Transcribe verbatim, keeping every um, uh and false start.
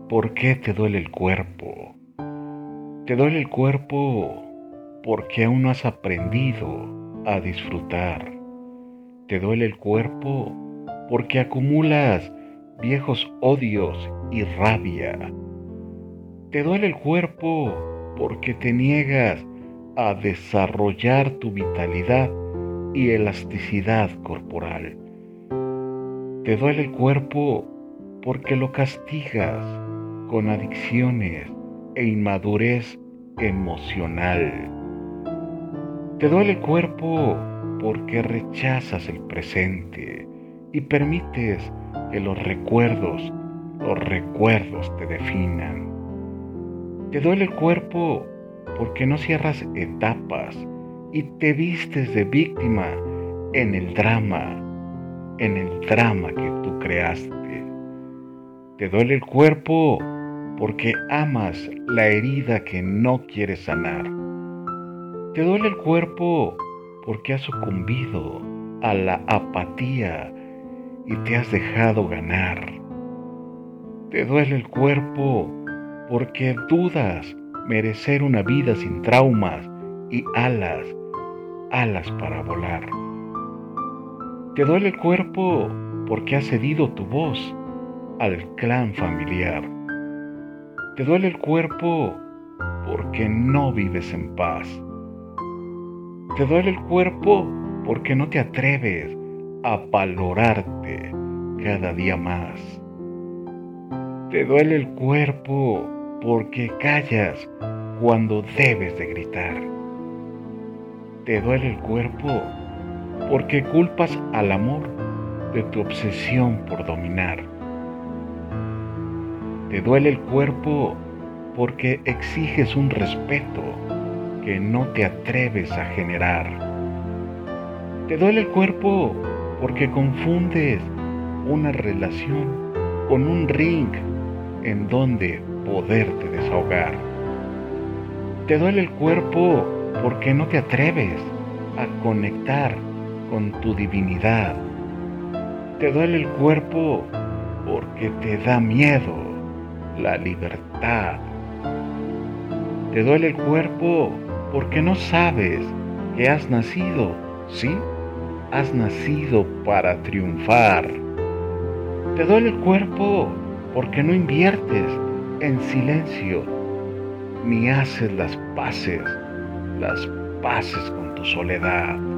¿Por qué te duele el cuerpo? Te duele el cuerpo porque aún no has aprendido a disfrutar. Te duele el cuerpo porque acumulas viejos odios y rabia. Te duele el cuerpo porque te niegas a desarrollar tu vitalidad y elasticidad corporal. Te duele el cuerpo porque lo castigas con adicciones e inmadurez emocional. Te duele el cuerpo porque rechazas el presente y permites que los recuerdos, los recuerdos te definan. Te duele el cuerpo porque no cierras etapas y te vistes de víctima en el drama, en el drama que tú creaste. Te duele el cuerpo porque amas la herida que no quieres sanar. Te duele el cuerpo porque has sucumbido a la apatía y te has dejado ganar. Te duele el cuerpo porque dudas merecer una vida sin traumas y alas, alas para volar. Te duele el cuerpo porque has cedido tu voz al clan familiar. Te duele el cuerpo porque no vives en paz. Te duele el cuerpo porque no te atreves a valorarte cada día más. Te duele el cuerpo porque callas cuando debes de gritar. Te duele el cuerpo porque culpas al amor de tu obsesión por dominar. Te duele el cuerpo porque exiges un respeto que no te atreves a generar. Te duele el cuerpo porque confundes una relación con un ring en donde poderte desahogar. Te duele el cuerpo porque no te atreves a conectar con tu divinidad. Te duele el cuerpo porque te da miedo la libertad. Te duele el cuerpo porque no sabes que has nacido, ¿sí? Has nacido para triunfar. Te duele el cuerpo porque no inviertes en silencio, ni haces las paces, las paces con tu soledad.